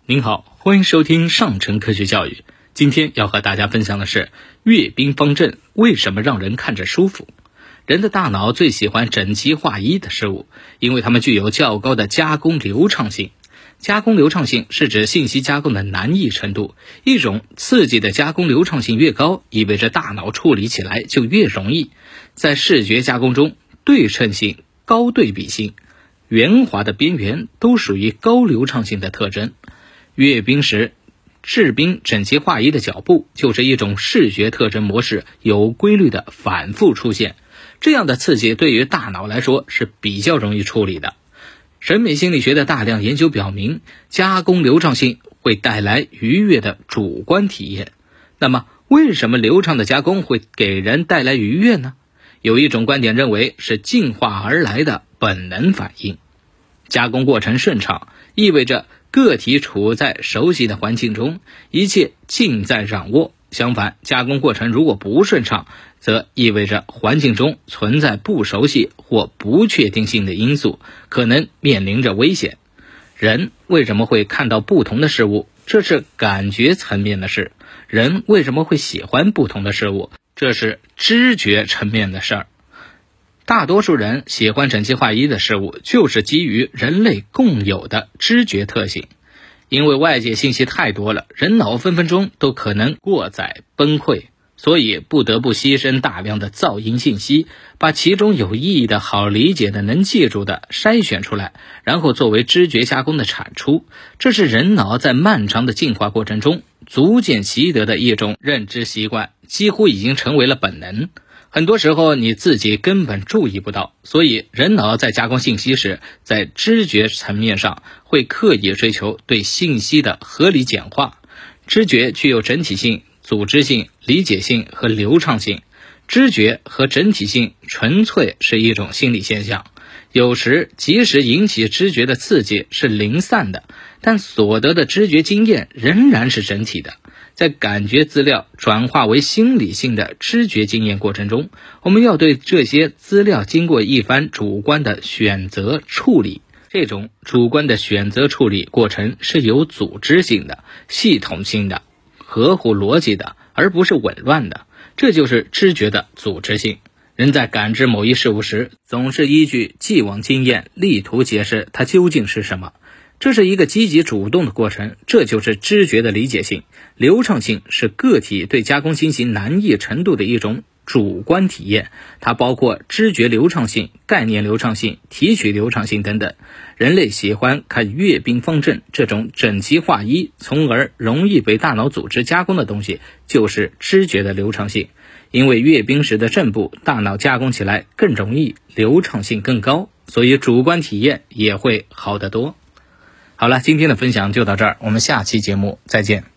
您好，欢迎收听上乘科学教育。今天要和大家分享的是阅兵方阵为什么让人看着舒服。人的大脑最喜欢整齐划一的事物，因为它们具有较高的加工流畅性。加工流畅性是指信息加工的难易程度，一种刺激的加工流畅性越高，意味着大脑处理起来就越容易。在视觉加工中，对称性、高对比性、圆滑的边缘都属于高流畅性的特征。阅兵时，士兵整齐划一的脚步就是一种视觉特征模式有规律的反复出现。这样的刺激对于大脑来说是比较容易处理的。审美心理学的大量研究表明，加工流畅性会带来愉悦的主观体验。那么，为什么流畅的加工会给人带来愉悦呢？有一种观点认为是进化而来的本能反应。加工过程顺畅，意味着个体处在熟悉的环境中，一切尽在掌握。相反，加工过程如果不顺畅，则意味着环境中存在不熟悉或不确定性的因素，可能面临着危险。人为什么会看到不同的事物？这是感觉层面的事。人为什么会喜欢不同的事物？这是知觉层面的事儿。大多数人喜欢整齐划一的事物，就是基于人类共有的知觉特性。因为外界信息太多了，人脑分分钟都可能过载崩溃，所以不得不牺牲大量的噪音信息，把其中有意义的、好理解的、能记住的筛选出来，然后作为知觉加工的产出。这是人脑在漫长的进化过程中逐渐习得的一种认知习惯，几乎已经成为了本能。很多时候你自己根本注意不到，所以人脑在加工信息时，在知觉层面上会刻意追求对信息的合理简化。知觉具有整体性、组织性、理解性和流畅性。知觉和整体性纯粹是一种心理现象，有时即使引起知觉的刺激是零散的，但所得的知觉经验仍然是整体的。在感觉资料转化为心理性的知觉经验过程中，我们要对这些资料经过一番主观的选择处理。这种主观的选择处理过程是有组织性的、系统性的、合乎逻辑的，而不是紊乱的。这就是知觉的组织性。人在感知某一事物时，总是依据既往经验力图解释它究竟是什么。这是一个积极主动的过程，这就是知觉的理解性。流畅性是个体对加工信息难易程度的一种主观体验，它包括知觉流畅性、概念流畅性、提取流畅性等等。人类喜欢看阅兵方阵这种整齐划一，从而容易被大脑组织加工的东西，就是知觉的流畅性。因为阅兵时的阵步，大脑加工起来更容易，流畅性更高，所以主观体验也会好得多。好了，今天的分享就到这儿，我们下期节目再见。